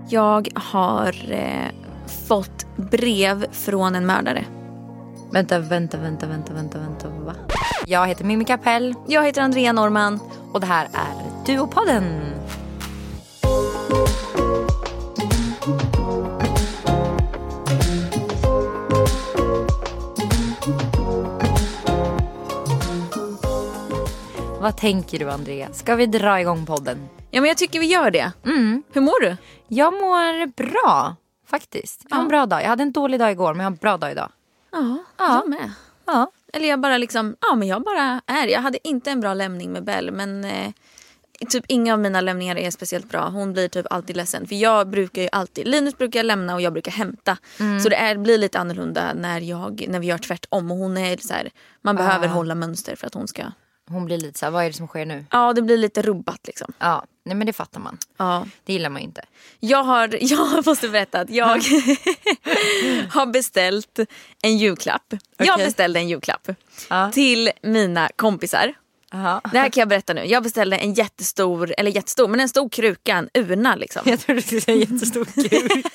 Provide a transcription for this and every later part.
Jag har fått brev från en mördare. Vänta, va? Jag heter Mimmi Kapell. Jag heter Andrea Norman. Och det här är Duopodden. Vad tänker du, Andrea? Ska vi dra igång podden? Ja, men jag tycker vi gör det. Hur mår du? Jag mår bra, faktiskt. Jag har en bra dag. Jag hade en dålig dag igår, men jag har en bra dag idag. Ja, jag med. Ja. Eller jag bara liksom, men jag bara är. Jag hade inte en bra lämning med Bell, men typ inga av mina lämningar är speciellt bra. Hon blir typ alltid ledsen. För jag brukar ju alltid, Linus brukar lämna och jag brukar hämta. Så det blir lite annorlunda när vi gör tvärtom. Och hon är så här, man behöver hålla mönster för att hon ska... Hon blir lite så här, vad är det som sker nu? Ja, det blir lite rubbat liksom. Ja, nej men det fattar man. Ja. Det gillar man ju inte. Jag måste berätta att jag har beställt en julklapp. Okay. Jag beställde en julklapp till mina kompisar. Det här kan jag berätta nu. Jag beställde en jättestor, men en stor kruka, en urna liksom. Jag tror du skulle säga en jättestor kruka.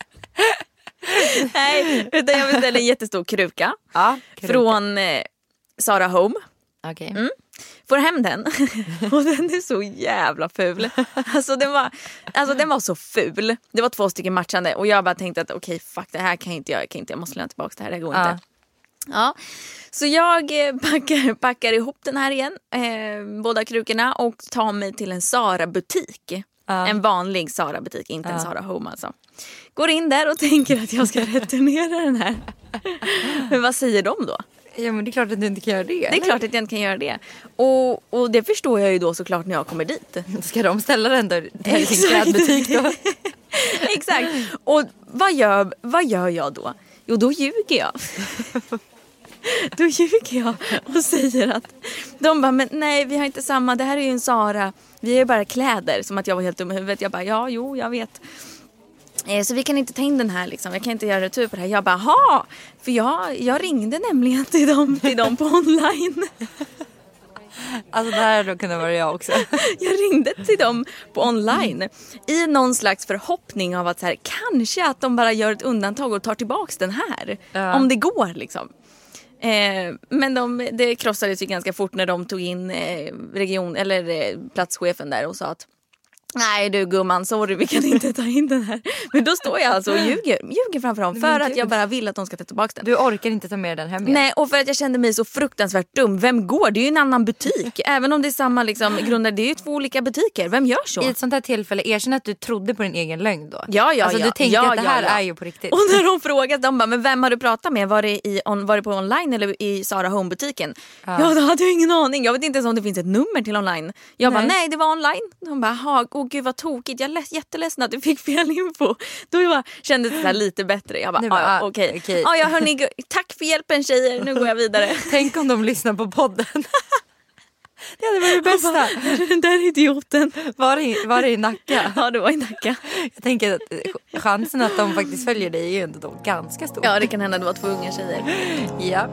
Nej, utan jag beställde en jättestor kruka. Från Zara Home. Okay. Får hem den. Och den är så jävla ful. Alltså den var så ful. Det var 2 stycken matchande. Och jag bara tänkte att okej, fuck, det här kan jag inte göra. Jag måste lämna tillbaka det här, det går inte. Ja. Så jag packar ihop den här igen, båda krukorna, och tar mig till en Zara-butik. En vanlig Zara-butik, inte en Zara Home alltså. Går in där och tänker att jag ska returnera den här. Men vad säger de då? Ja, men det är klart att du inte kan göra det. Det är klart att jag inte kan göra det. Och det förstår jag ju då såklart när jag kommer dit. Ska de ställa den där i sin klädbutik då? Exakt. Och vad gör jag då? Jo, då ljuger jag. Då ljuger jag och säger att de bara, men nej, vi har inte samma, det här är ju en Zara. Vi är ju bara kläder, som att jag var helt dum i huvudet. Jag bara, jag vet. Så vi kan inte ta in den här liksom. Jag kan inte göra retur på det här. Jag bara, för jag ringde nämligen till dem på online. Alltså det här då kunde vara jag också. Jag ringde till dem på online i någon slags förhoppning av att så här, kanske att de bara gör ett undantag och tar tillbaks den här. Om det går liksom. Men det krossades ju ganska fort när de tog in platschefen där och sa att nej du gumman, sorry, vi kan inte ta in den här. Men då står jag alltså och ljuger framför dem för att jag bara vill att de ska ta tillbaka den. Du orkar inte ta med den hem igen. Nej, och för att jag kände mig så fruktansvärt dum. Vem går? Det är ju en annan butik. Även om det är samma liksom, grunder, det är ju 2 olika butiker. Vem gör så? I ett sånt här tillfälle, erkänn att du trodde på din egen lögn då. Alltså du tänkte att det här är ju på riktigt. Och när de frågade, de bara, men vem har du pratat med? Var det på online eller i Zara Home-butiken? Ja, då hade jag ingen aning. Jag vet inte ens om det finns ett nummer till online. Jag bara, nej, det var online. De bara, gud vad tokigt. Jag är jätteledsen att du fick fel info. Då kändes det så här lite bättre. Jag bara, okej. Ja, hörni, tack för hjälpen tjejer. Nu går jag vidare. Tänk om de lyssnar på podden. Det hade varit det bästa. Den där idioten. Var det i Nacka? Ja, det var i Nacka. Jag tänker att chansen att de faktiskt följer dig är ju ändå ganska stor. Ja, det kan hända att det var 2 unga tjejer. Ja.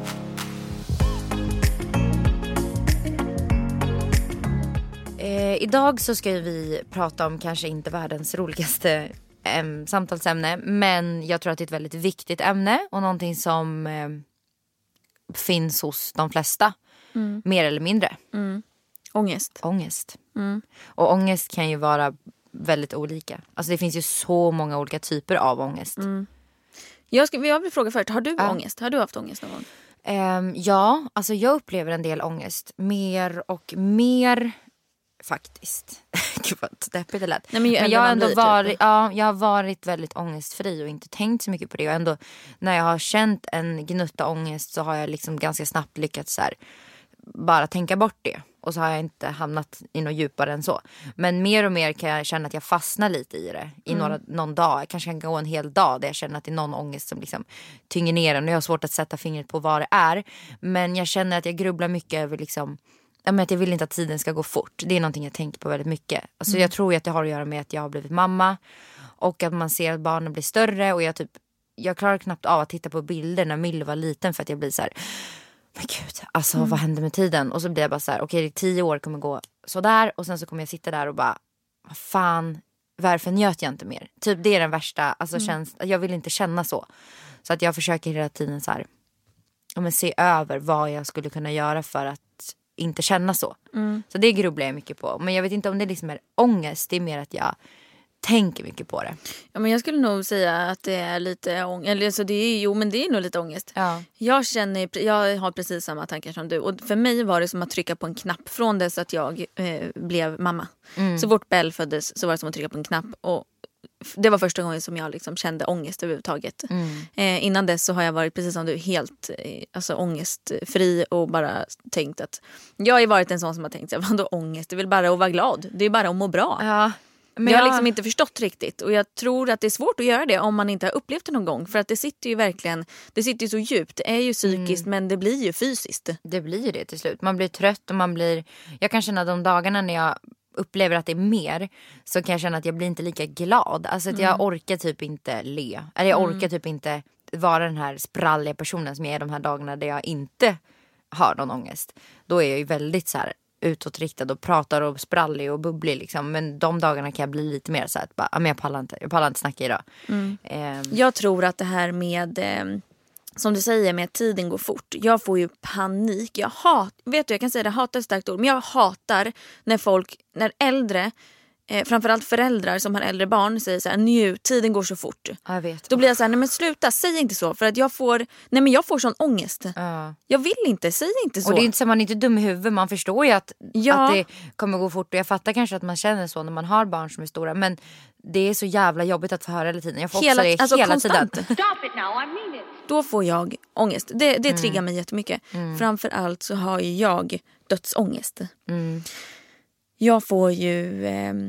Idag så ska vi prata om kanske inte världens roligaste samtalsämne, men jag tror att det är ett väldigt viktigt ämne och någonting som finns hos de flesta, mer eller mindre. Ångest. Och ångest kan ju vara väldigt olika. Alltså det finns ju så många olika typer av ångest. Jag vill fråga först, har du ångest? Har du haft ångest någon gång? Ja, alltså jag upplever en del ångest. Mer och mer faktiskt. Gud vad deppigt det lät. Men jag har ändå jag har varit väldigt ångestfri och inte tänkt så mycket på det. Och ändå när jag har känt en gnutta ångest så har jag liksom ganska snabbt lyckats så här, bara tänka bort det. Och så har jag inte hamnat i något djupare än så. Men mer och mer kan jag känna att jag fastnar lite i det. I någon dag. Jag kanske kan gå en hel dag där jag känner att det är någon ångest som liksom tynger ner den. Och jag har svårt att sätta fingret på vad det är. Men jag känner att jag grubblar mycket över liksom... att jag vill inte att tiden ska gå fort. Det är någonting jag tänker på väldigt mycket. Alltså jag tror att det har att göra med att jag har blivit mamma. Och att man ser att barnen blir större. Och jag klarar knappt av att titta på bilder när Mille var liten. För att jag blir så här... Men gud, alltså vad händer med tiden? Och så blir jag bara så här, okej, 10 år kommer gå sådär. Och sen så kommer jag sitta där och bara, vad fan, varför njöt jag inte mer? Typ det är den värsta, alltså jag vill inte känna så. Så att jag försöker hela tiden så här, se över vad jag skulle kunna göra för att inte känna så. Så det grubblar jag mycket på. Men jag vet inte om det liksom är ångest, det är mer att jag tänker mycket på det. Ja, men jag skulle nog säga att det är lite ångest. Eller så det är nog lite ångest. Ja. Jag har precis samma tankar som du. Och för mig var det som att trycka på en knapp från dess att jag blev mamma. Så fort Bell föddes så var det som att trycka på en knapp. Och det var första gången som jag liksom kände ångest överhuvudtaget. Innan dess så har jag varit precis som du helt ångestfri och bara tänkt att jag har varit en sån som har tänkt vadå ångest? Det är väl bara att vara glad. Det är bara att må bra. Ja. Men jag har liksom inte förstått riktigt och jag tror att det är svårt att göra det om man inte har upplevt det någon gång för att det sitter ju så djupt. Det är ju psykiskt men det blir ju fysiskt. Det blir ju det till slut. Man blir trött och jag kan känna de dagarna när jag upplever att det är mer så kan jag känna att jag blir inte lika glad. Alltså att jag orkar typ inte le. Eller jag orkar typ inte vara den här spralliga personen som jag är de här dagarna där jag inte har någon ångest. Då är jag ju väldigt så här utåtriktad och pratar och sprallig och bubblig liksom. Men de dagarna kan jag bli lite mer så här att jag pallar inte snacka idag. Jag tror att det här med som du säger med att tiden går fort. Jag får ju panik. Jag kan säga det, jag hatar ett starkt ord. Men jag hatar när äldre, framförallt föräldrar som har äldre barn säger så här, tiden går så fort. Ja, jag vet. Då blir jag så här, nej men sluta, säg inte så. För att jag får sån ångest. Jag vill inte, säg inte så. Och det är inte så, man är inte dum i huvudet. Man förstår ju att det kommer gå fort. Och jag fattar kanske att man känner så när man har barn som är stora. Men det är så jävla jobbigt att få höra hela tiden. Jag får också det hela tiden. Stop it now, I mean it. Då får jag ångest. Det triggar mig jättemycket. Framförallt så har ju jag dödsångest. Jag får ju...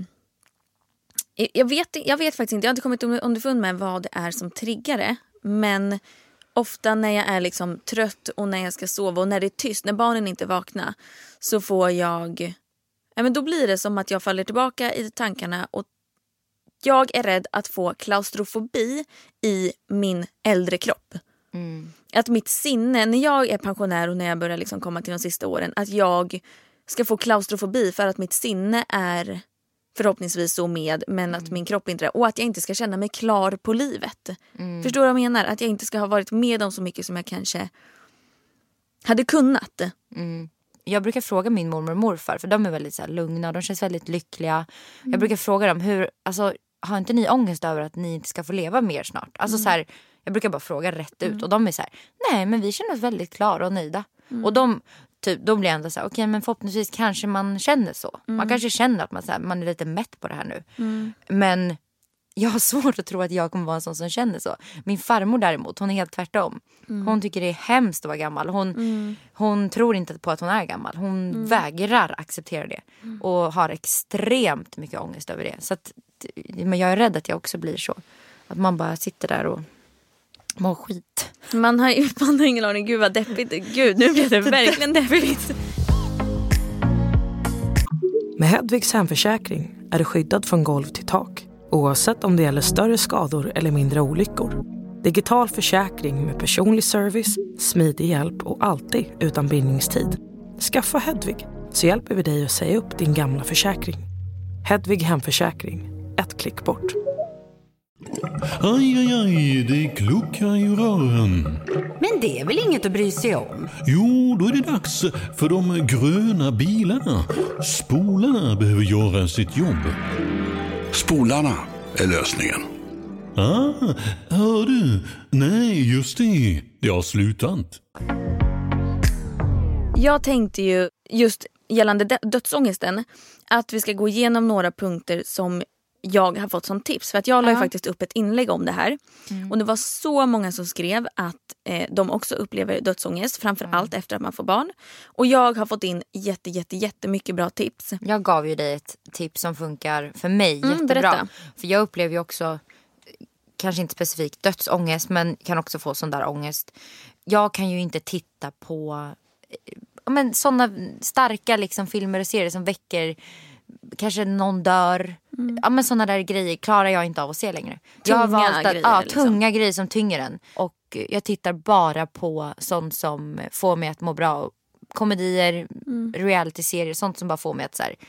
Jag vet faktiskt inte. Jag har inte kommit underfund med vad det är som triggar det. Men ofta när jag är liksom trött och när jag ska sova och när det är tyst, när barnen inte vaknar, så får jag... men då blir det som att jag faller tillbaka i tankarna och jag är rädd att få klaustrofobi i min äldre kropp. Att mitt sinne, när jag är pensionär och när jag börjar liksom komma till de sista åren, att jag ska få klaustrofobi för att mitt sinne är förhoppningsvis så med, men att min kropp inte är. Och att jag inte ska känna mig klar på livet. Förstår du vad jag menar? Att jag inte ska ha varit med om så mycket som jag kanske hade kunnat. Jag brukar fråga min mormor och morfar, för de är väldigt så här lugna och de känns väldigt lyckliga. Jag brukar fråga dem, har inte ni ångest över att ni inte ska få leva mer snart? Alltså så här, jag brukar bara fråga rätt ut och de är så här, nej men vi känner oss väldigt klara och nöjda. Och de blir ändå så här, okej, men förhoppningsvis kanske man känner så. Man kanske känner att man är lite mätt på det här nu. Men jag har svårt att tro att jag kommer vara en sån som känner så. Min farmor däremot, hon är helt tvärtom. Hon tycker det är hemskt att vara gammal. Hon tror inte på att hon är gammal. Hon vägrar acceptera det. Och har extremt mycket ångest över det. Så att, men jag är rädd att jag också blir så. Att man bara sitter där och mår skit. Man har ingen aning. Gud vad deppigt. Gud, nu blir det verkligen deppigt. Med Hedvigs hemförsäkring är du skyddad från golv till tak. Oavsett om det gäller större skador eller mindre olyckor. Digital försäkring med personlig service, smidig hjälp och alltid utan bindningstid. Skaffa Hedvig så hjälper vi dig att säga upp din gamla försäkring. Hedvig hemförsäkring. Ett klick bort. Aj, aj, aj, det kluckar i rören. Men det är väl inget att bry sig om? Jo, då är det dags för de gröna bilarna. Spolarna behöver göra sitt jobb. Spolarna är lösningen. Hör du? Nej, just det. Det har slutat. Jag tänkte ju just gällande dödsångesten att vi ska gå igenom några punkter som jag har fått som tips. För att jag la ju faktiskt upp ett inlägg om det här. Och det var så många som skrev att de också upplever dödsångest. Framförallt efter att man får barn. Och jag har fått in jättemycket bra tips. Jag gav ju dig ett tips som funkar för mig jättebra. Berätta. För jag upplever ju också, kanske inte specifikt dödsångest, men kan också få sån där ångest. Jag kan ju inte titta på sådana starka liksom, filmer och serier som väcker... Kanske någon dör. Men sådana där grejer klarar jag inte av att se längre. Jag har valt att, tunga grejer som tynger en. Och jag tittar bara på sånt som får mig att må bra. Komedier, reality-serier, sånt som bara får mig att så här,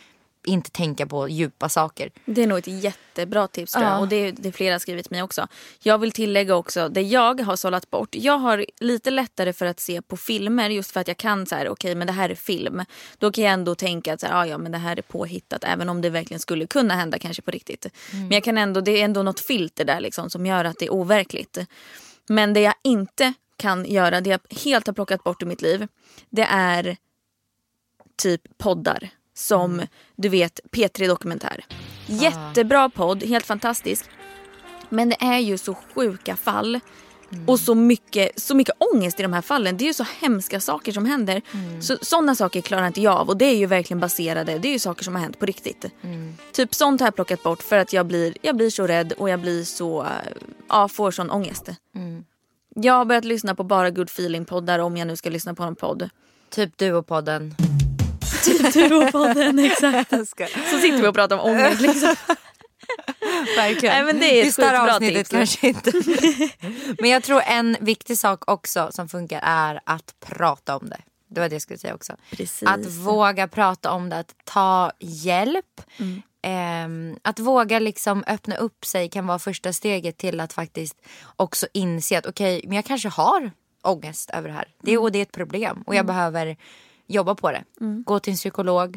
inte tänka på djupa saker. Det är nog ett jättebra tips tror jag. Och det är flera skrivit mig också. Jag vill tillägga också, det jag har sållat bort. Jag har lite lättare för att se på filmer just för att jag kan så här, okej, men det här är film. Då kan jag ändå tänka att så här, ja men det här är påhittat även om det verkligen skulle kunna hända kanske på riktigt. Men jag kan ändå, det är ändå något filter där liksom som gör att det är overkligt. Men det jag inte kan göra, det jag helt har plockat bort ur mitt liv, det är typ poddar. Som du vet P3 Dokumentär. Jättebra podd, helt fantastisk. Men det är ju så sjuka fall. Och så mycket ångest i de här fallen. Det är ju så hemska saker som händer. Så sådana saker klarar inte jag av. Och det är ju verkligen baserade, det är ju saker som har hänt på riktigt. Typ sånt har jag plockat bort för att jag blir så rädd. Och jag blir så, får sån ångest. Jag har börjat lyssna på bara good feeling poddar om jag nu ska lyssna på en podd. Typ Duo-podden. Duo-podden, exakt. Så sitter vi och pratar om ångest liksom. Verkligen. Nej, men det är ett skitbra tips. Kanske inte. Men jag tror en viktig sak också som funkar är att prata om det. Det var det jag skulle säga också. Precis. Att våga prata om det, att ta hjälp. Att våga liksom öppna upp sig kan vara första steget till att faktiskt också inse att okej, men jag kanske har ångest över det här. Det är ett problem och jag behöver jobba på det. Gå till en psykolog.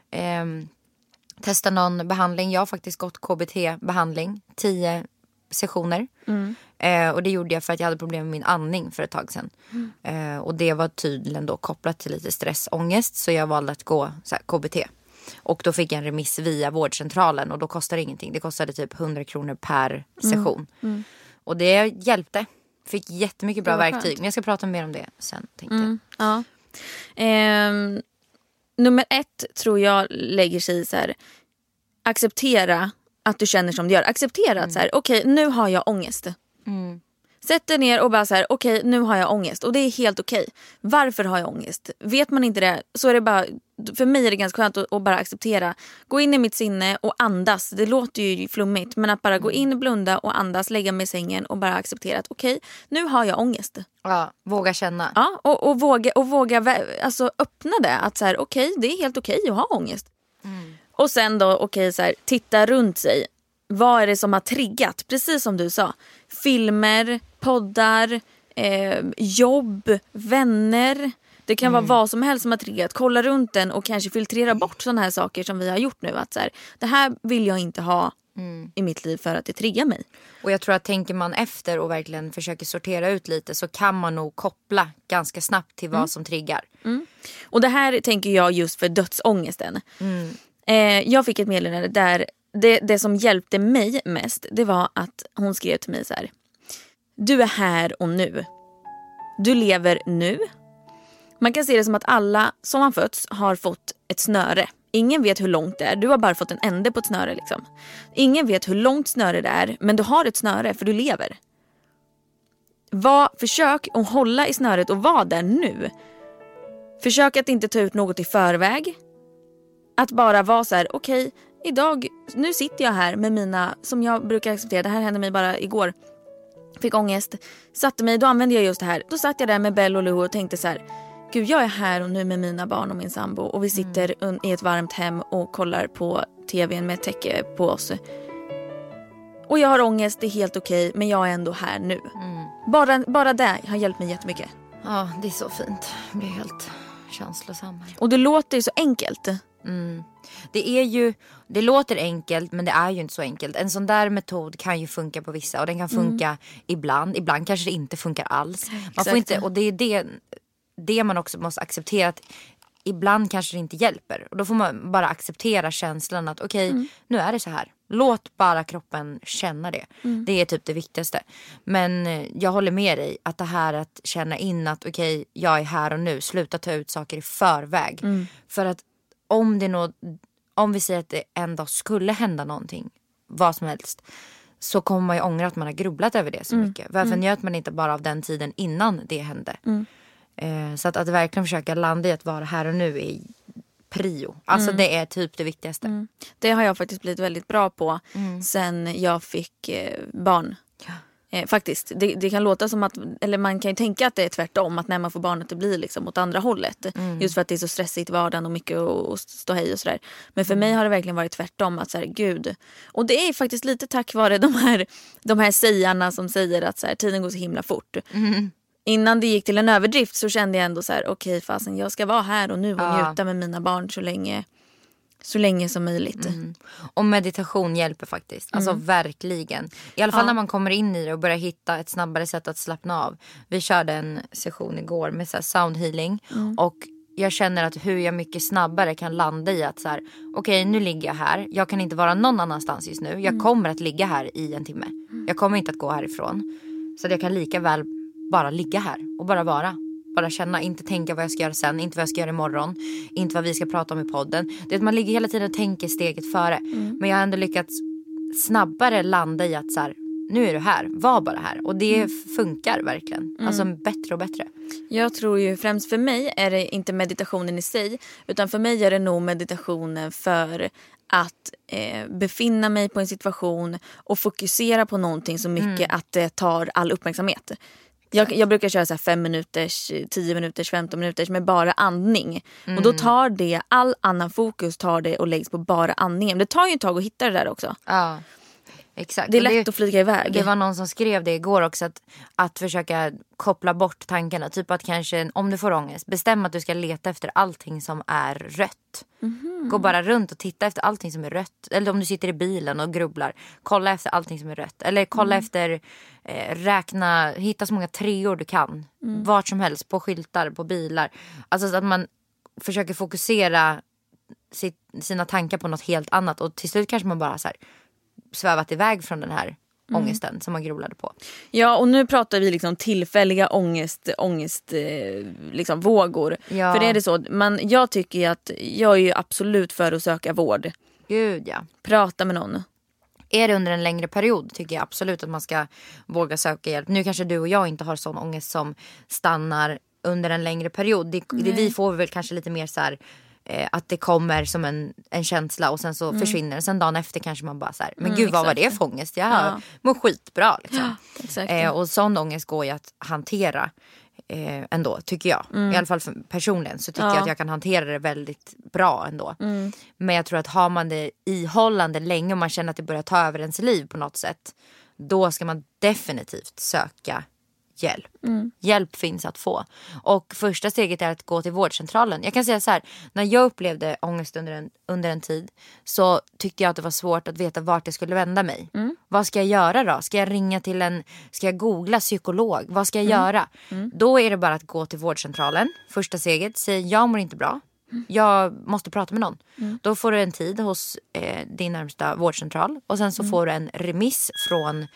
Testa någon behandling. Jag har faktiskt gått KBT-behandling. 10 sessioner. Och det gjorde jag för att jag hade problem med min andning för ett tag sedan. Och det var tydligen då kopplat till lite stressångest. Så jag valde att gå så här, KBT. Och då fick jag en remiss via vårdcentralen. Och då kostade det ingenting. Det kostade typ 100 kronor per session. Och det hjälpte. Fick jättemycket bra verktyg. Skönt. Men jag ska prata mer om det sen, tänkte jag. Ja. Nummer 1 tror jag lägger sig i så här, acceptera att du känner som du gör. Acceptera att så här, okej, nu har jag ångest. Sätt dig ner och bara så här, okej, nu har jag ångest. Och det är helt okej. Varför har jag ångest? Vet man inte det så är det bara, för mig är det ganska skönt att bara acceptera. Gå in i mitt sinne och andas. Det låter ju flummigt, men att bara gå in, blunda och andas, lägga mig i sängen och bara acceptera att okej, nu har jag ångest. Ja, våga känna. Ja, och våga alltså öppna det. Att så här, okej, det är helt okej att ha ångest. Och sen då, okej, så här, titta runt sig. Vad är det som har triggat? Precis som du sa. Filmer, poddar, jobb, vänner. Det kan vara vad som helst som har triggat. Kolla runt den och kanske filtrera bort sådana här saker som vi har gjort nu. Att så här, det här vill jag inte ha i mitt liv för att det triggar mig. Och jag tror att tänker man efter och verkligen försöker sortera ut lite så kan man nog koppla ganska snabbt till vad som triggar. Och det här tänker jag just för dödsångesten. Jag fick ett meddelande där det som hjälpte mig mest, det var att hon skrev till mig så här: du är här och nu. Du lever nu. Man kan se det som att alla som har fötts har fått ett snöre. Ingen vet hur långt det är. Du har bara fått en ände på ett snöre liksom. Ingen vet hur långt snöre det är, men du har ett snöre för du lever. Försök att hålla i snöret och vara där nu. Försök att inte ta ut något i förväg. Att bara vara så här, okej, idag, nu sitter jag här med mina, som jag brukar acceptera, det här hände mig bara igår. Fick ångest, satte mig, då använde jag just det här. Då satt jag där med Bell och Lou och tänkte så här: gud, jag är här och nu med mina barn och min sambo. Och vi sitter i ett varmt hem och kollar på tvn med ett täcke på oss. Och jag har ångest, det är helt okej, men jag är ändå här nu. Bara det har hjälpt mig jättemycket. Ja, det är så fint. Jag blir helt känslosam. Och det låter ju så enkelt. Det låter enkelt, men det är ju inte så enkelt. En sån där metod kan ju funka på vissa. Och den kan funka ibland kanske det inte funkar alls. Man får inte, och det är det man också måste acceptera, att ibland kanske det inte hjälper. Och då får man bara acceptera känslan att okej, nu är det så här. Låt bara kroppen känna det. Det är typ det viktigaste. Men jag håller med dig att det här att känna in att okej, jag är här och nu. Sluta ta ut saker i förväg. För att om vi säger att det en dag skulle hända någonting, vad som helst, så kommer man ju ångra att man har grubblat över det så mycket. Varför njöt man inte bara av den tiden innan det hände? Så att verkligen försöka landa i att vara här och nu är prio. Alltså det är typ det viktigaste. Det har jag faktiskt blivit väldigt bra på sen jag fick barn. Faktiskt. Det kan låta som att, eller man kan ju tänka att det är tvärtom, att när man får barn att det blir liksom åt andra hållet. Just för att det är så stressigt i vardagen och mycket och stå hej och sådär. Men för mig har det verkligen varit tvärtom, att så här, gud. Och det är faktiskt lite tack vare de här sägarna som säger att så här, tiden går så himla fort. Innan det gick till en överdrift så kände jag ändå så här, okej, fasen, jag ska vara här och nu och njuta med mina barn så länge som möjligt. Och meditation hjälper faktiskt. Alltså verkligen. I alla fall när man kommer in i det och börjar hitta ett snabbare sätt att slappna av. Vi körde en session igår med så här sound healing. Och jag känner att hur jag mycket snabbare kan landa i att så här, okej, nu ligger jag här. Jag kan inte vara någon annanstans just nu. Jag kommer att ligga här i en timme. Jag kommer inte att gå härifrån. Så att jag kan lika väl bara ligga här och bara vara. Bara känna, inte tänka vad jag ska göra sen, inte vad jag ska göra imorgon, inte vad vi ska prata om i podden. Det är att man ligger hela tiden och tänker steget före. Men jag har ändå lyckats snabbare landa i att så här, nu är du här, var bara här. Och det funkar verkligen. Alltså bättre och bättre. Jag tror ju främst för mig är det inte meditationen i sig, utan för mig är det nog meditationen för att befinna mig på en situation och fokusera på någonting så mycket att det tar all uppmärksamhet. Jag brukar köra så här 5 minuters, 10 minuters, 15 minuters med bara andning. Och då tar det, all annan fokus tar det och läggs på bara andningen. Det tar ju ett tag att hitta det där också. Ja, exakt. Det är lätt att flyga iväg. Det var någon som skrev det igår också, att försöka koppla bort tankarna. Typ att kanske, om du får ångest, bestäm att du ska leta efter allting som är rött. Gå bara runt och titta efter allting som är rött. Eller om du sitter i bilen och grubblar, kolla efter allting som är rött. Eller kolla efter, räkna, hitta så många treor du kan. Vart som helst, på skyltar, på bilar. Alltså så att man försöker fokusera sina tankar på något helt annat. Och till slut kanske man bara så här svävat iväg från den här ångesten som man grubblade på. Ja, och nu pratar vi liksom tillfälliga ångest liksom vågor. Ja. För är det så, jag tycker ju att jag är ju absolut för att söka vård. Gud, ja. Prata med någon. Är det under en längre period tycker jag absolut att man ska våga söka hjälp. Nu kanske du och jag inte har sån ångest som stannar under en längre period. Vi får väl kanske lite mer så här, att det kommer som en känsla och sen så försvinner det. Sen dagen efter kanske man bara så här, men gud, vad var det för ångest? Jag mår skitbra liksom. Ja, och sån ångest går ju att hantera ändå, tycker jag. I alla fall personligen så tycker jag att jag kan hantera det väldigt bra ändå. Men jag tror att har man det ihållande länge och man känner att det börjar ta över ens liv på något sätt, då ska man definitivt söka hjälp. Hjälp finns att få. Och första steget är att gå till vårdcentralen. Jag kan säga så här, när jag upplevde ångest under en tid, så tyckte jag att det var svårt att veta vart jag skulle vända mig. Vad ska jag göra då? Ska jag ringa till ska jag googla psykolog? Vad ska jag göra? Då är det bara att gå till vårdcentralen. Första steget, säg jag mår inte bra. Jag måste prata med någon. Då får du en tid hos din närmsta vårdcentral. Och sen så får du en remiss från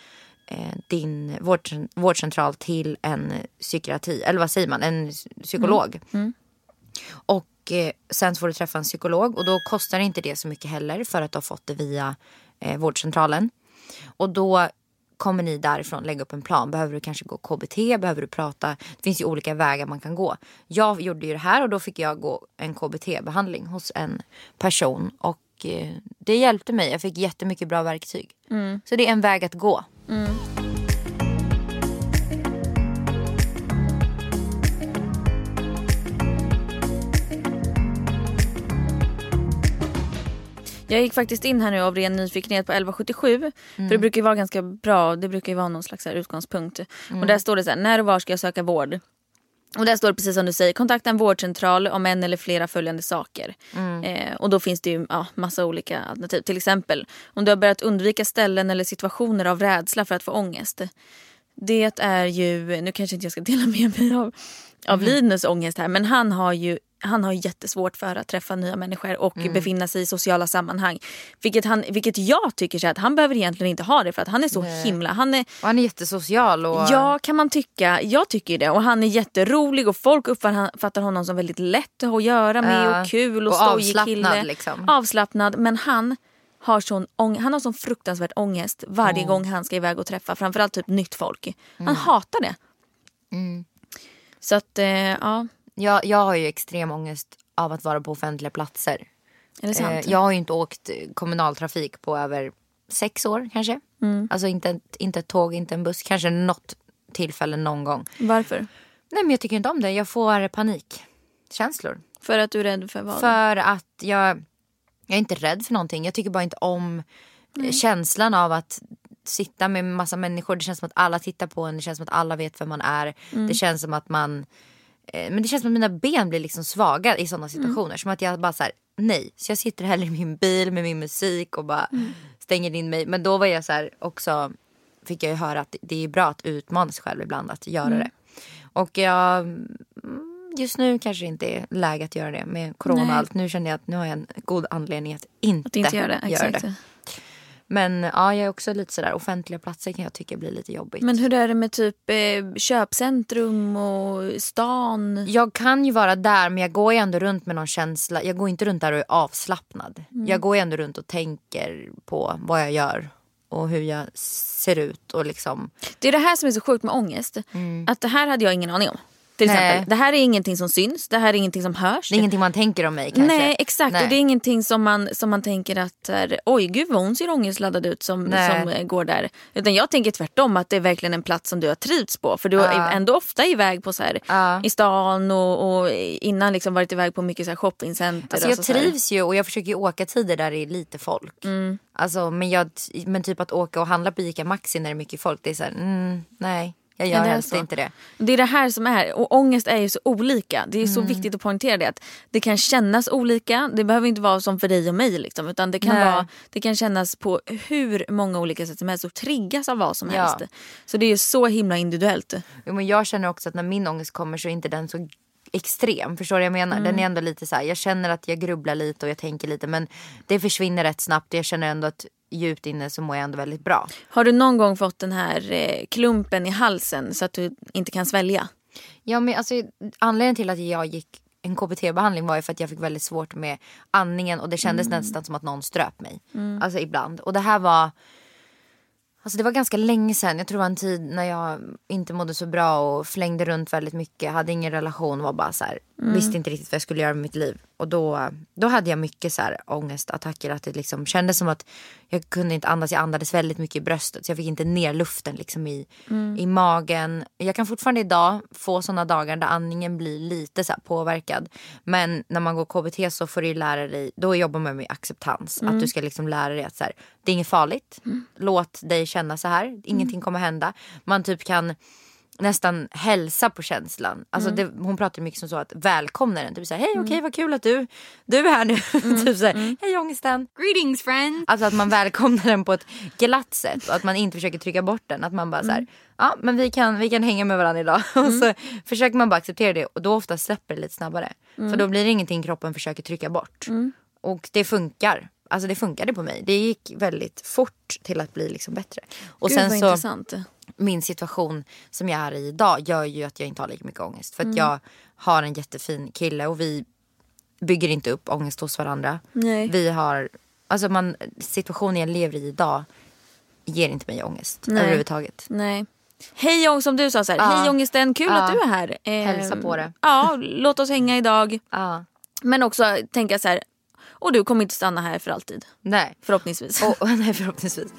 din vårdcentral till en psykiatri, eller vad säger man, en psykolog. Och sen får du träffa en psykolog och då kostar inte det så mycket heller för att du har fått det via vårdcentralen. Och då kommer ni därifrån lägga upp en plan. Behöver du kanske gå KBT, behöver du prata, det finns ju olika vägar man kan gå. Jag gjorde ju det här och då fick jag gå en KBT-behandling hos en person och det hjälpte mig. Jag fick jättemycket bra verktyg. Så det är en väg att gå. Jag gick faktiskt in här nu av ren nyfikenhet på 1177. För det brukar ju vara ganska bra. Det brukar ju vara någon slags här utgångspunkt. Och där står det så här, när och var ska jag söka vård? Och där står det precis som du säger, kontakta en vårdcentral om en eller flera följande saker. Och då finns det ju massa olika alternativ. Till exempel, om du har börjat undvika ställen eller situationer av rädsla för att få ångest. Det är ju, nu kanske inte jag ska dela med mig av Linus ångest här. Men han har jättesvårt för att träffa nya människor och befinna sig i sociala sammanhang. Vilket jag tycker så att han behöver egentligen inte ha det, för att han är så himla... Han är jättesocial. Och... Ja, kan man tycka. Jag tycker det. Och han är jätterolig och folk uppfattar honom som väldigt lätt att göra med och kul och stojig kille. Liksom. Avslappnad. Men han har sån fruktansvärt ångest varje gång han ska iväg och träffa framförallt typ nytt folk. Han hatar det. Så att, ja... Jag har ju extrem ångest av att vara på offentliga platser. Är det sant? Jag har ju inte åkt kommunaltrafik på över 6 år kanske. Alltså inte ett tåg, inte en buss. Kanske något tillfälle någon gång. Varför? Nej, men jag tycker inte om det. Jag får panikkänslor. För att du är rädd för vad? För att jag är inte rädd för någonting. Jag tycker bara inte om känslan av att sitta med en massa människor. Det känns som att alla tittar på en. Det känns som att alla vet vem man är. Det känns som att men det känns som att mina ben blir liksom svaga i sådana situationer. Som att jag bara så här, nej. Så jag sitter här i min bil med min musik och bara stänger in mig. Men då var jag så här också, fick jag ju höra att det är bra att utmana sig själv ibland att göra det. Och just nu kanske inte är läge att göra det med corona och allt. Nu känner jag att nu har jag en god anledning att inte göra det. Exakt. Men ja, jag är också lite sådär, offentliga platser kan jag tycka blir lite jobbigt. Men hur är det med typ köpcentrum och stan? Jag kan ju vara där, men jag går ju ändå runt med någon känsla. Jag går inte runt där och är avslappnad. Jag går ju ändå runt och tänker på vad jag gör och hur jag ser ut och liksom. Det är det här som är så sjukt med ångest. Att det här hade jag ingen aning om. Till exempel. Det här är ingenting som syns. Det här är ingenting som hörs. Det är ingenting man tänker om mig kanske. Nej, exakt. Nej. Och det är ingenting som man tänker att oj gud vad hon ser ångestladdad ut som går där. Utan jag tänker tvärtom att det är verkligen en plats som du har trivts på. För du är ändå ofta iväg på så här, i stan och innan liksom varit iväg på mycket så här shoppingcenter. Alltså jag trivs ju och jag försöker åka tider där det är lite folk. Alltså, men typ att åka och handla på Ica Maxi när det är mycket folk, det är så här, nej. Jag gör helst inte det. Det är det här som är. Och ångest är ju så olika. Det är så viktigt att poängtera det. Att det kan kännas olika. Det behöver inte vara som för dig och mig. Liksom, utan det kan kännas på hur många olika sätt som helst. Och triggas av vad som helst. Så det är ju så himla individuellt. Jo, men jag känner också att när min ångest kommer så är inte den så extrem. Förstår du vad jag menar? Den är ändå lite så här. Jag känner att jag grubblar lite och jag tänker lite. Men det försvinner rätt snabbt. Jag känner ändå att djupt inne så mår jag ändå väldigt bra. Har du någon gång fått den här klumpen i halsen så att du inte kan svälja? Ja, men alltså anledningen till att jag gick en KBT-behandling var ju för att jag fick väldigt svårt med andningen och det kändes nästan som att någon ströp mig. Alltså ibland. Och det här var alltså det var ganska länge sedan. Jag tror det var en tid när jag inte mådde så bra och flängde runt väldigt mycket. Hade ingen relation, var bara så här, visste inte riktigt vad jag skulle göra med mitt liv. Och då hade jag mycket så här ångestattacker. Att det liksom kändes som att jag kunde inte andas. Jag andades väldigt mycket i bröstet. Så jag fick inte ner luften liksom i magen. Jag kan fortfarande idag få sådana dagar där andningen blir lite så här påverkad. Men när man går KBT så får du lära dig. Då jobbar man med acceptans. Att du ska liksom lära dig att så här, det är inget farligt. Låt dig känna så här. Ingenting kommer hända. Man typ kan nästan hälsa på känslan. Alltså hon pratar mycket som så att välkomna den. Typ såhär, hej okej, vad kul att du är här nu. Typ såhär, hej ångesten. Greetings friend. Alltså att man välkomnar den på ett glatt sätt. Och att man inte försöker trycka bort den. Att man bara såhär, ja men vi kan hänga med varandra idag. Och så försöker man bara acceptera det. Och då ofta släpper det lite snabbare. För då blir det ingenting kroppen försöker trycka bort. Och det funkar. Alltså det funkade på mig. Det gick väldigt fort till att bli liksom bättre. Och Gud, sen så intressant. Min situation som jag är i idag gör ju att jag inte har lika mycket ångest. För att jag har en jättefin kille och vi bygger inte upp ångest hos varandra. Nej. Vi har, alltså situationen jag lever i idag ger inte mig ångest överhuvudtaget. Nej. Hej som du sa så här, hej ångesten, kul att du är här. Hälsa på det. Ja, låt oss hänga idag. Men också tänka så här, och du kommer inte stanna här för alltid. Nej. Förhoppningsvis. Nej, förhoppningsvis.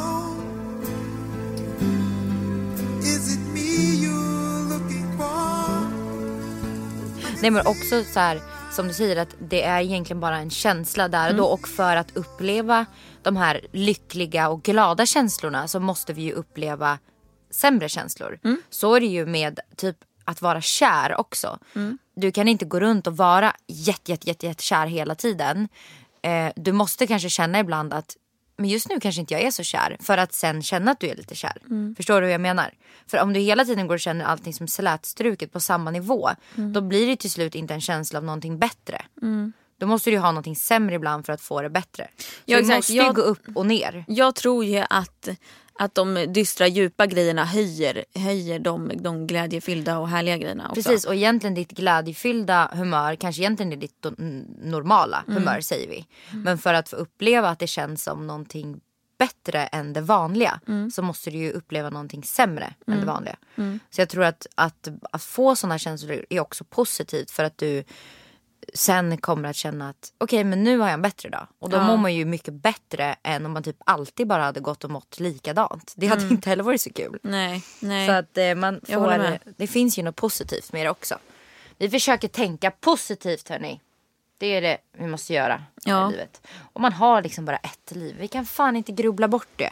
Nej, men också så här, som du säger, att det är egentligen bara en känsla där och då. Och för att uppleva de här lyckliga och glada känslorna så måste vi ju uppleva sämre känslor. Så är det ju med typ att vara kär också. Du kan inte gå runt och vara jättekär hela tiden. Du måste kanske känna ibland att men just nu kanske inte jag är så kär. För att sen känna att du är lite kär. Förstår du hur jag menar? För om du hela tiden går och känner allting som slätstruket på samma nivå. Då blir det till slut inte en känsla av någonting bättre. Då måste du ha någonting sämre ibland för att få det bättre. Så du måste ju gå upp och ner. Jag tror ju att de dystra djupa grejerna höjer de glädjefyllda och härliga grejerna också. Precis, och egentligen ditt glädjefyllda humör kanske egentligen är ditt normala humör säger vi. Men för att få uppleva att det känns som någonting bättre än det vanliga så måste du ju uppleva någonting sämre än det vanliga. Så jag tror att få sådana känslor är också positivt för att sen kommer att känna att okej, men nu har jag en bättre dag. Och då mår man ju mycket bättre än om man typ alltid bara hade gått och mått likadant. Det hade inte heller varit så kul. Nej. Så att man får, det finns ju något positivt med det också. Vi försöker tänka positivt, hörni. Det är det vi måste göra i livet. Och man har liksom bara ett liv. Vi kan fan inte grubbla bort det.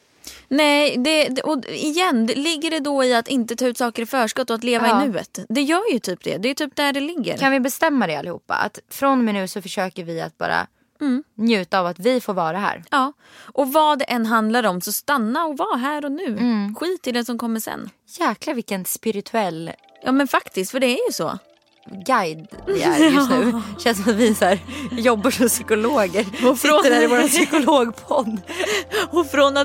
Nej, och igen, ligger det då i att inte ta ut saker i förskott och att leva i nuet? Det gör ju typ det. Det är typ där det ligger. Kan vi bestämma det allihopa? Att från och med nu så försöker vi att bara njuta av att vi får vara här. Ja, och vad det än handlar om så stanna och var här och nu. Skit i det som kommer sen. Jäklar vilken spirituell... Ja men faktiskt, för det är ju så. Guide vi är just nu. Känns som att vi så här, jobbar som psykologer och sitter där i vår psykologpodd. Och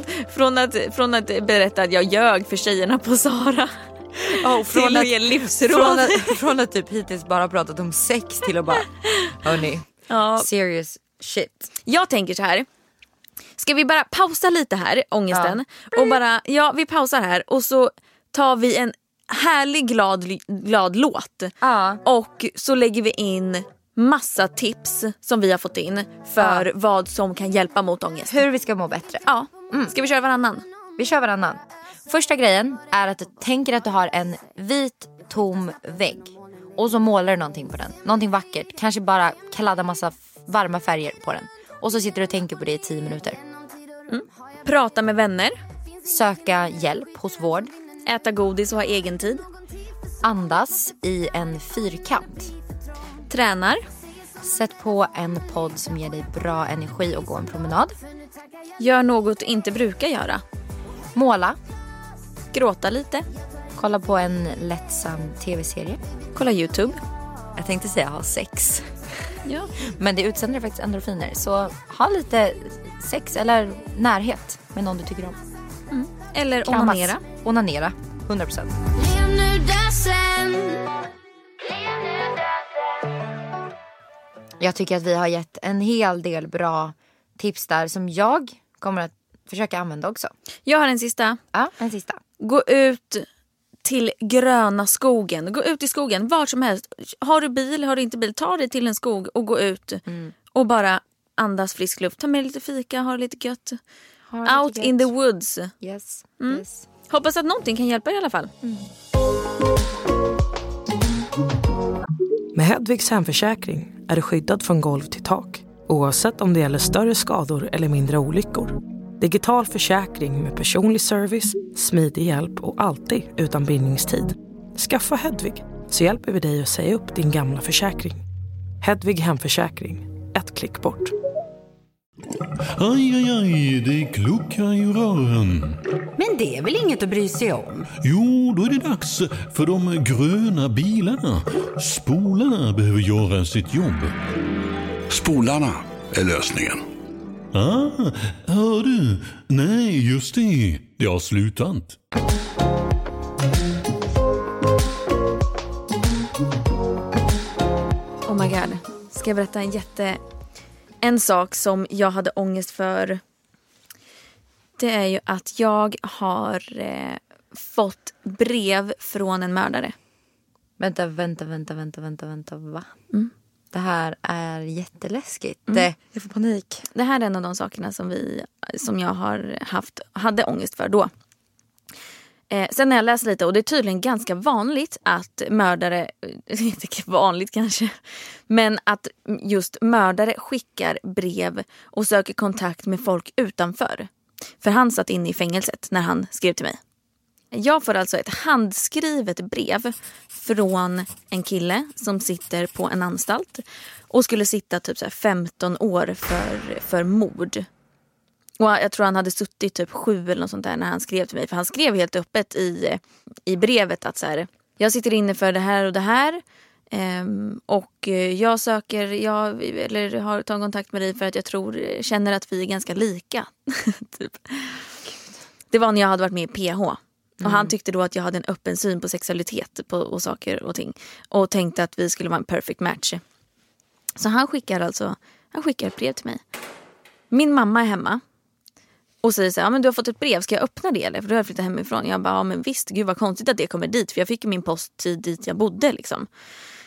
från att berätta att jag ljög för tjejerna på Sara. Och från att ge livsråd. Från att typ hittills bara pratat om sex till att bara hörni, serious shit. Jag tänker så här. Ska vi bara pausa lite här, ångesten. Och bara, vi pausar här. Och så tar vi en härlig glad låt. Och så lägger vi in massa tips som vi har fått in för vad som kan hjälpa mot ångest. Hur vi ska må bättre. Ska vi köra varannan? Vi kör varannan. Första grejen är att du tänker att du har en vit tom vägg. Och så målar du någonting på den. Någonting vackert. Kanske bara kladda massa varma färger på den. Och så sitter du och tänker på det i 10 minuter. Prata med vänner. Söka hjälp hos vård. Äta godis och ha egen tid. Andas i en fyrkant. Tränar. Sätt på en podd som ger dig bra energi och gå en promenad. Gör något du inte brukar göra. Måla. Gråta lite. Kolla på en lättsam tv-serie. Kolla YouTube. Jag tänkte säga ha sex. Ja. Men det utsöndrar faktiskt endorfiner. Så ha lite sex eller närhet med någon du tycker om. Eller onanera. Onanera, 100%. Jag tycker att vi har gett en hel del bra tips där som jag kommer att försöka använda också. Jag har en sista. Ja, en sista. Gå ut till gröna skogen. Gå ut i skogen, var som helst. Har du bil, har du inte bil, ta dig till en skog och gå ut. Och bara andas frisk luft. Ta med lite fika, ha det lite gött. Out in the woods. Yes. Hoppas att någonting kan hjälpa i alla fall. Med Hedvigs hemförsäkring är du skyddad från golv till tak. Oavsett om det gäller större skador eller mindre olyckor. Digital försäkring med personlig service, smidig hjälp och alltid utan bindningstid. Skaffa Hedvig så hjälper vi dig att säga upp din gamla försäkring. Hedvig hemförsäkring. Ett klick bort. Aj, det kluckar i rören. Men det är väl inget att bry sig om? Jo, då är det dags för de gröna bilarna. Spolarna behöver göra sitt jobb. Spolarna är lösningen. Hör du? Nej, just det. Det har slutat. Oh my god. Ska jag berätta en sak som jag hade ångest för. Det är ju att jag har fått brev från en mördare. Vänta, va? Det här är jätteläskigt. Jag får panik. Det här är en av de sakerna som jag hade ångest för då. Sen när jag läste lite, och det är tydligen ganska vanligt att mördare, inte vanligt kanske, men att just mördare skickar brev och söker kontakt med folk utanför. För han satt inne i fängelset när han skrev till mig. Jag får alltså ett handskrivet brev från en kille som sitter på en anstalt och skulle sitta typ så här 15 år för mord. Och jag tror han hade suttit typ 7 eller något sånt där när han skrev till mig. För han skrev helt öppet i brevet att så här, jag sitter inne för det här och det här. Och jag har tagit kontakt med dig för att jag känner att vi är ganska lika. Typ. Det var när jag hade varit med i PH. Och han tyckte då att jag hade en öppen syn på sexualitet och saker och ting. Och tänkte att vi skulle vara en perfect match. Så han skickar ett brev till mig. Min mamma är hemma. Och säger så här, men du har fått ett brev, ska jag öppna det eller? För då har jag flyttat hemifrån. Jag bara, men visst, gud vad konstigt att det kommer dit. För jag fick min posttid dit jag bodde liksom.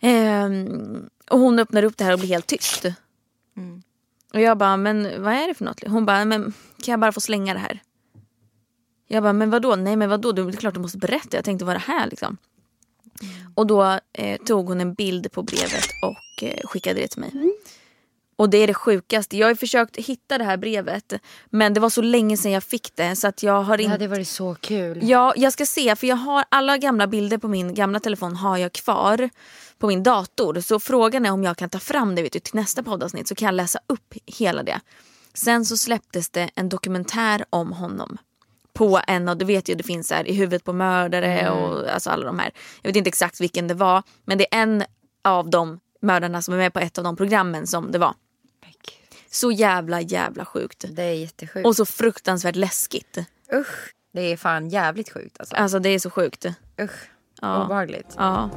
Och hon öppnar upp det här och blir helt tyst. Och jag bara, men vad är det för något? Hon bara, men kan jag bara få slänga det här? Jag bara, men vadå? Nej, men vadå? Det är klart du måste berätta. Jag tänkte, vad är det här liksom? Och då tog hon en bild på brevet och skickade det till mig. Och det är det sjukaste. Jag har försökt hitta det här brevet, men det var så länge sedan jag fick det, så att jag har inte... Det hade varit så kul. Ja, jag ska se, för jag har alla gamla bilder på min gamla telefon har jag kvar på min dator. Så frågan är om jag kan ta fram det till nästa poddavsnitt, så kan jag läsa upp hela det. Sen så släpptes det en dokumentär om honom. På en, och du vet ju, det finns här I huvudet på mördare och alltså alla de här. Jag vet inte exakt vilken det var, men det är en av de mördarna som är med på ett av de programmen som det var. Så jävla sjukt. Det är jättesjukt. Och så fruktansvärt läskigt. Usch, det är fan jävligt sjukt alltså. Alltså det är så sjukt. Usch, Ja. obehagligt. Ja.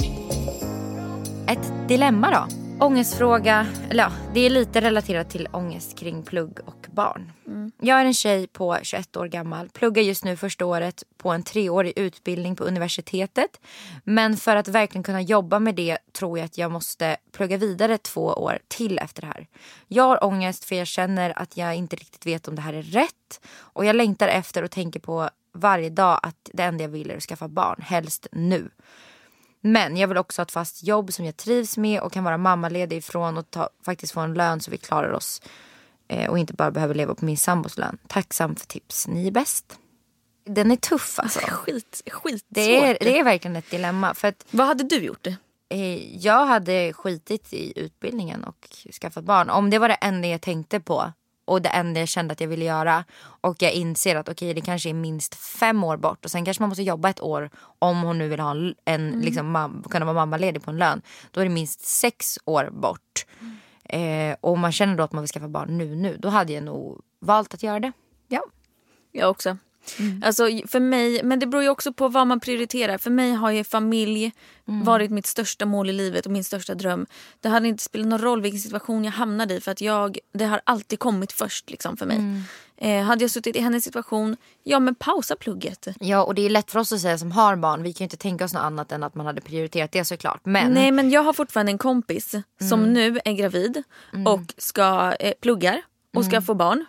Ett dilemma då. Ångestfråga, eller ja, det är lite relaterat till ångest kring plugg och barn. Jag är en tjej på 21 år gammal, pluggar just nu första året på en 3-årig utbildning på universitetet. Men för att verkligen kunna jobba med det tror jag att jag måste plugga vidare 2 år till efter det här. Jag har ångest för jag känner att jag inte riktigt vet om det här är rätt. Och jag längtar efter och tänker på varje dag att det enda jag vill är att skaffa barn, helst nu. Men jag vill också ha ett fast jobb som jag trivs med och kan vara mammaledig ifrån och faktiskt få en lön så vi klarar oss. Och inte bara behöver leva på min sambos lön. Tacksam för tips, ni är bäst. Den är tuff alltså. Skit det är verkligen ett dilemma. För att, vad hade du gjort? Jag hade skitit i utbildningen och skaffat barn. Om det var det enda jag tänkte på. Och det enda jag kände att jag ville göra. Och jag inser att okej, det kanske är minst 5 år bort. Och sen kanske man måste jobba 1 år. Om hon nu vill ha liksom, kunna vara mammaledig på en lön. Då är det minst 6 år bort. Och man känner då att man vill skaffa barn nu. Då hade jag nog valt att göra det. Ja. Jag också. Alltså för mig, men det beror ju också på vad man prioriterar. För mig har ju familj varit mitt största mål i livet och min största dröm. Det hade inte spelat någon roll vilken situation jag hamnade i, för att det har alltid kommit först liksom för mig. Hade jag suttit i hennes situation, ja men pausa plugget. Ja, och det är lätt för oss att säga som har barn. Vi kan ju inte tänka oss något annat än att man hade prioriterat det såklart. Men... Nej, men jag har fortfarande en kompis som nu är gravid och ska pluggar och ska få barn.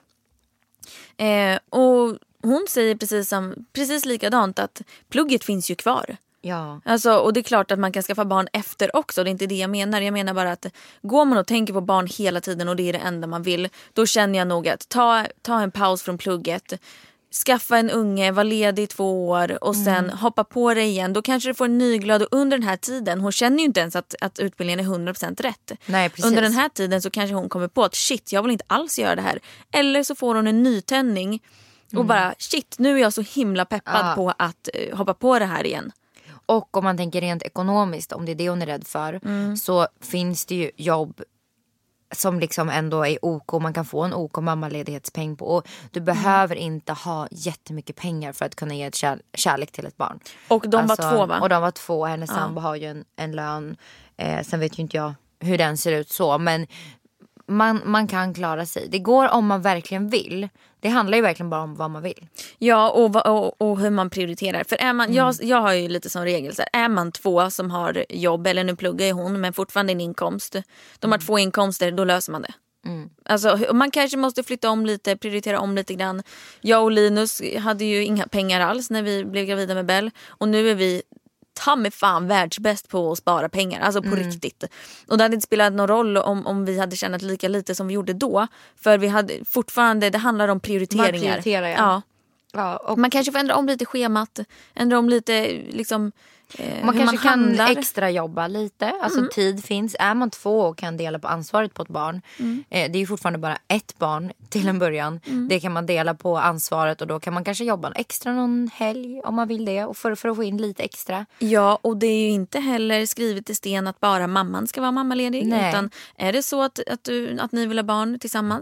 Och hon säger precis likadant att plugget finns ju kvar. Ja. Alltså, och det är klart att man kan skaffa barn efter också. Det är inte det jag menar. Jag menar bara att går man och tänker på barn hela tiden och det är det enda man vill, då känner jag nog att ta en paus från plugget. Skaffa en unge, vara ledig i 2 år och sen hoppa på det igen. Då kanske du får en nyglad, och under den här tiden, hon känner ju inte ens att utbildningen är 100% rätt. Nej, precis. Under den här tiden så kanske hon kommer på att shit, jag vill inte alls göra det här. Eller så får hon en nytändning och bara shit, nu är jag så himla peppad på att hoppa på det här igen. Och om man tänker rent ekonomiskt, om det är det hon är rädd för, så finns det ju jobb som liksom ändå är OK. Man kan få en OK mammaledighetspeng på. Och du behöver inte ha jättemycket pengar för att kunna ge ett kärlek till ett barn. Och de var 2, va? Och de var 2. Hennes sambo har ju en lön. Sen vet ju inte jag hur den ser ut så. Men man kan klara sig. Det går om man verkligen vill. Det handlar ju verkligen bara om vad man vill. Ja, och hur man prioriterar. För är man, jag har ju lite som regel så här, är man 2 som har jobb, eller nu pluggar ju hon men fortfarande en inkomst. De har 2 inkomster, då löser man det. Alltså, man kanske måste flytta om lite, prioritera om lite grann. Jag och Linus hade ju inga pengar alls när vi blev gravida med Bell. Och nu är vi ta mig fan världsbäst på att spara pengar. Alltså på riktigt. Och det hade inte spelat någon roll om vi hade tjänat lika lite som vi gjorde då. För vi hade fortfarande, det handlar om prioriteringar. Man prioriterar, ja, och man kanske får ändra om lite schemat. Ändra om lite liksom... Man kanske kan extra jobba lite. Alltså tid finns. Är man 2 och kan dela på ansvaret på ett barn. Det är ju fortfarande bara ett barn till en början. Det kan man dela på ansvaret. Och då kan man kanske jobba extra någon helg om man vill det. Och för att få in lite extra. Ja, och det är ju inte heller skrivet i sten att bara mamman ska vara mammaledig. Nej. Utan är det så att ni vill ha barn tillsammans,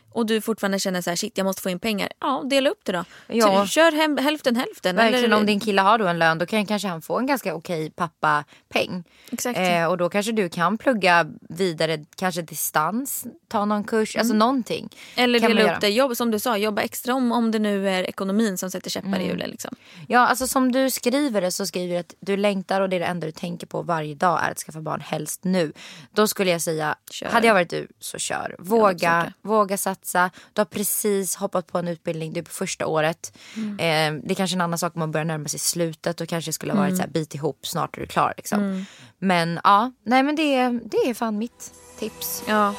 och du fortfarande känner så här, shit jag måste få in pengar. Ja, dela upp det då. Ja. Kör hälften. Verkligen, Eller... om din kille har då en lön, då kan kanske han få en ganska okej pappapeng. Exakt. Och då kanske du kan plugga vidare, kanske distans, ta någon kurs, alltså någonting. Eller kan dela upp det, jobb, som du sa, jobba extra om det nu är ekonomin som sätter käppar i hjulet. Liksom. Ja, alltså som du skriver det, så skriver du att du längtar och det är det enda du tänker på varje dag är att skaffa barn, helst nu. Då skulle jag säga, hade jag varit du, så kör. Våga satsa. Du har precis hoppat på en utbildning, du är på första året. Det är kanske en annan sak om man börjar närma sig slutet och kanske skulle ha varit så här, bit ihop, snart är du klar liksom. Men ja, nej men det är fan mitt tips. Ja.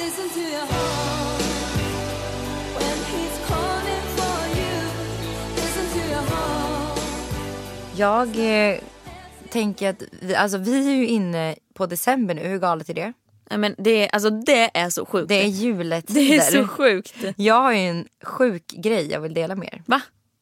Jag tänker att vi är ju inne på december nu, hur galet är det? Nej, men det är så sjukt. Det är juletider. Det är så sjukt. Jag har ju en sjuk grej jag vill dela med er. Va?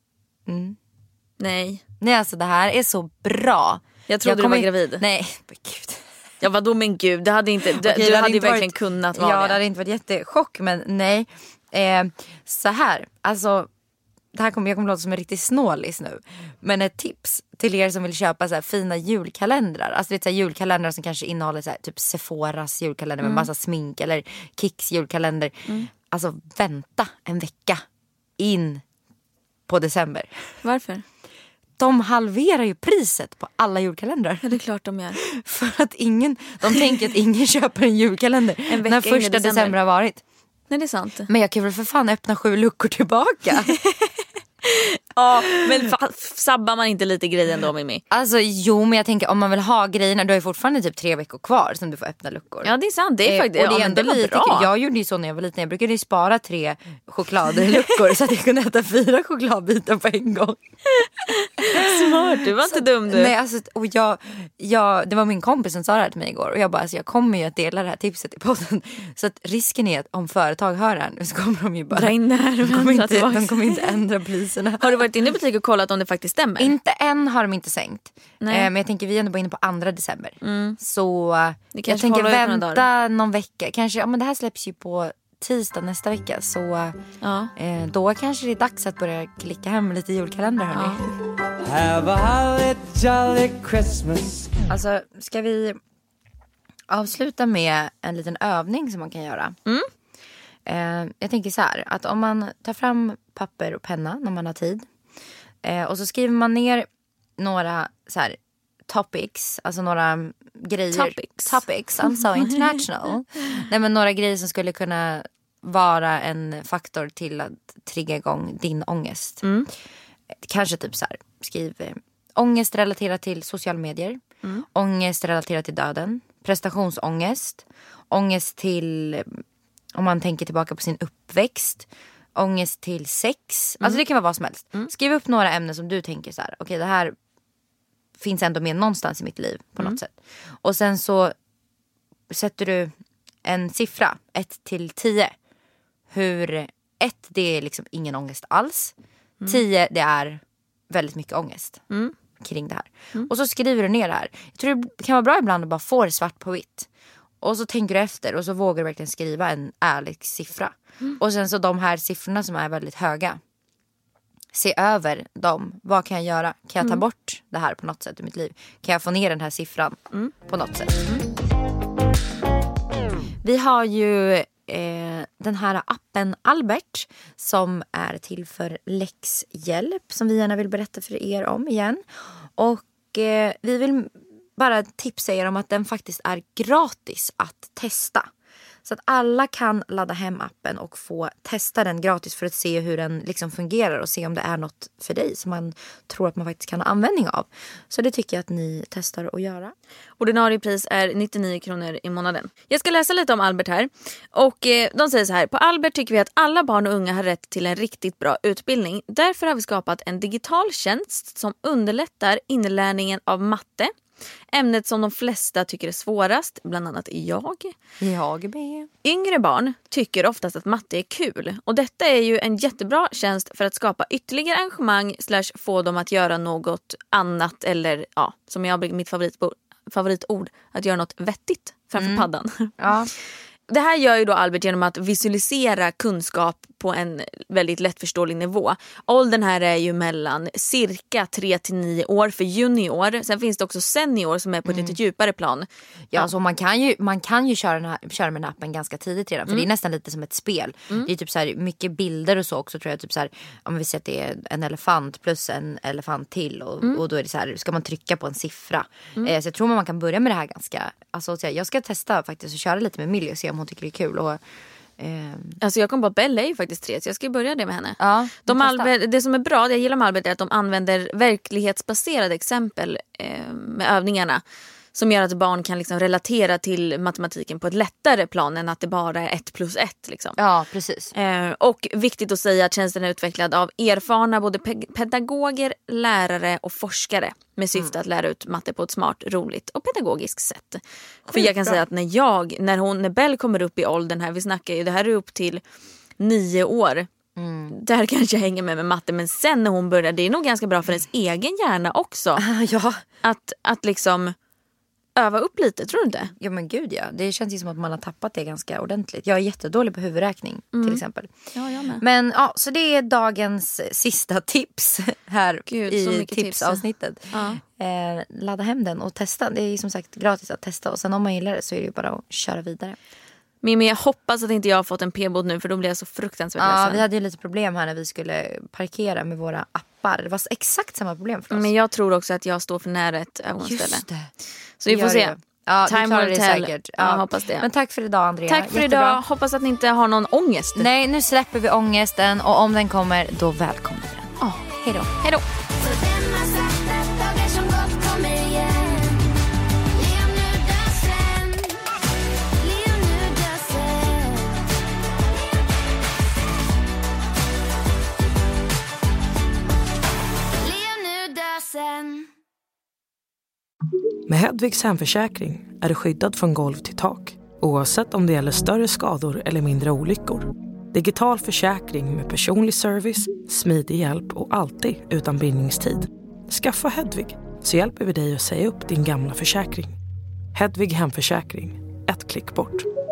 Nej, alltså det här är så bra. Jag trodde du var gravid. Nej, men gud. Ja, vadå men gud, det hade inte, du hade ju verkligen kunnat vara det. Ja, det hade inte varit jättechock, men nej. Så här, alltså jag kommer låta som en riktig snålis nu. Men ett tips till er som vill köpa så här fina julkalendrar. Alltså det är julkalendrar som kanske innehåller så här, typ Sephoras julkalender med massa smink. Eller Kicks julkalender. Alltså vänta en vecka in på december. Varför? De halverar ju priset på alla julkalendrar. Ja, det är klart de gör. För att de tänker att ingen köper en julkalender en vecka när första december har varit. Nej, det är sant. Men jag kan väl för fan öppna 7 luckor tillbaka. Ja, men sabbar man inte lite grejen då, Mimmi? Alltså jo, men jag tänker om man vill ha grejerna, då är fortfarande typ 3 veckor kvar som du får öppna luckor. Ja, det är sant. Det är faktiskt, och det är ändå lite bra. Jag gjorde ju så när jag var liten. Jag brukade spara 3 chokladluckor så att jag kunde äta 4 chokladbitar på en gång. Smart, du var inte dum du. Nej, alltså, och det var min kompis som sa det här till mig igår. Och jag bara, alltså, jag kommer ju att dela det här tipset i podden. Så att risken är att om företag hör det här nu så kommer de ju bara dra in det här och de kommer inte ändra priserna. Har du varit inne i butik och kollat om det faktiskt stämmer? Inte än har de inte sänkt. Men jag tänker vi är ändå inne på 2 december. Så jag tänker vänta någon vecka. Kanske, ja men det här släpps ju på tisdag nästa vecka. Så då kanske det är dags att börja klicka hem lite julkalender, hörni. Have a holly jolly Christmas. Alltså, ska vi avsluta med en liten övning som man kan göra? Jag tänker så här, att om man tar fram papper och penna när man har tid. Och så skriver man ner några så här topics, alltså några grejer. Topics, I'm so international. Nej, men några grejer som skulle kunna vara en faktor till att trigga igång din ångest. Kanske typ så här, skriv ångest relaterat till sociala medier. Ångest relaterat till döden. Prestationsångest. Ångest till, om man tänker tillbaka på sin uppväxt. Ångest till sex. Alltså det kan vara vad som helst. Skriv upp några ämnen som du tänker så här, okej, det här finns ändå med någonstans i mitt liv på något sätt. Och sen så sätter du en siffra, 1 till 10. Hur 1, det är liksom ingen ångest alls. 10, det är väldigt mycket ångest kring det här. Och så skriver du ner det här. Jag tror det kan vara bra ibland att bara få det svart på vitt. Och så tänker du efter och så vågar du verkligen skriva en ärlig siffra. Och sen så de här siffrorna som är väldigt höga, se över dem. Vad kan jag göra? Kan jag ta bort det här på något sätt i mitt liv? Kan jag få ner den här siffran på något sätt? Vi har ju den här appen Albert som är till för läxhjälp, som vi gärna vill berätta för er om igen. Och vi vill bara tipsa er om att den faktiskt är gratis att testa. Så att alla kan ladda hem appen och få testa den gratis för att se hur den liksom fungerar och se om det är något för dig som man tror att man faktiskt kan ha användning av. Så det tycker jag att ni testar att göra. Ordinarie pris är 99 kronor i månaden. Jag ska läsa lite om Albert här. Och de säger så här: på Albert tycker vi att alla barn och unga har rätt till en riktigt bra utbildning. Därför har vi skapat en digital tjänst som underlättar inlärningen av matte. Ämnet som de flesta tycker är svårast, bland annat jag. Jag med. Yngre barn tycker oftast att matte är kul. Och detta är ju en jättebra tjänst för att skapa ytterligare engagemang / få dem att göra något annat. Eller ja, som jag mitt favoritord, att göra något vettigt framför paddan. Ja. det här gör ju då Albert genom att visualisera kunskap på en väldigt lättförståelig nivå. Åldern här är ju mellan cirka 3-9 år för junior. Sen finns det också senior som är på ett lite djupare plan. Ja, så man kan ju köra med den appen ganska tidigt redan. För det är nästan lite som ett spel. Det är typ så här mycket bilder och så också, tror jag. Typ så här, om vi säger att det är en elefant plus en elefant till. Och då är det så här, ska man trycka på en siffra. Så jag tror man kan börja med det här ganska... Alltså, jag ska testa faktiskt och köra lite med Millie och se om hon tycker det är kul. Och, alltså jag kom på att Bella är ju faktiskt 3, så jag ska börja det med henne. Ja, Det som är bra, det jag gillar med Albert, är att de använder verklighetsbaserade exempel med övningarna. Som gör att barn kan liksom relatera till matematiken på ett lättare plan än att det bara är 1 + 1. Liksom. Ja, precis. Och viktigt att säga att tjänsten är utvecklad av erfarna både pedagoger, lärare och forskare. Med syfte att lära ut matte på ett smart, roligt och pedagogiskt sätt. För jag kan säga att när Bell kommer upp i åldern här, vi snackar ju, det här är upp till 9 år. Där kanske jag hänger med matte, men sen när hon börjar, det är nog ganska bra för ens egen hjärna också. Ja. Att liksom öva upp lite, tror du inte? Ja men gud ja, det känns ju som att man har tappat det ganska ordentligt. Jag är jättedålig på huvudräkning till exempel. Ja, jag med. Men ja, så det är dagens sista tips här i tipsavsnittet. Ja. Ladda hem den och testa. Det är ju som sagt gratis att testa. Och sen om man gillar det så är det ju bara att köra vidare. Mimmi, jag hoppas att inte jag har fått en p-bot nu, för då blir jag så fruktansvärt ledsen. Ja, vi hade ju lite problem här när vi skulle parkera med våra appar. Det var exakt samma problem för oss. Men jag tror också att jag står för nära ett ögonställe. Just det. Så vi får se. Ja, Time will tell. Säkert. Ja, hoppas det. Men tack för idag, Andrea. Tack för idag. Hoppas att ni inte har någon ångest. Nej, nu släpper vi ångesten. Och om den kommer, då välkomnar vi den. Hej då. Hej då. Med Hedvigs hemförsäkring är du skyddad från golv till tak, oavsett om det gäller större skador eller mindre olyckor. Digital försäkring med personlig service, smidig hjälp och alltid utan bindningstid. Skaffa Hedvig, så hjälper vi dig att säga upp din gamla försäkring. Hedvig hemförsäkring, ett klick bort.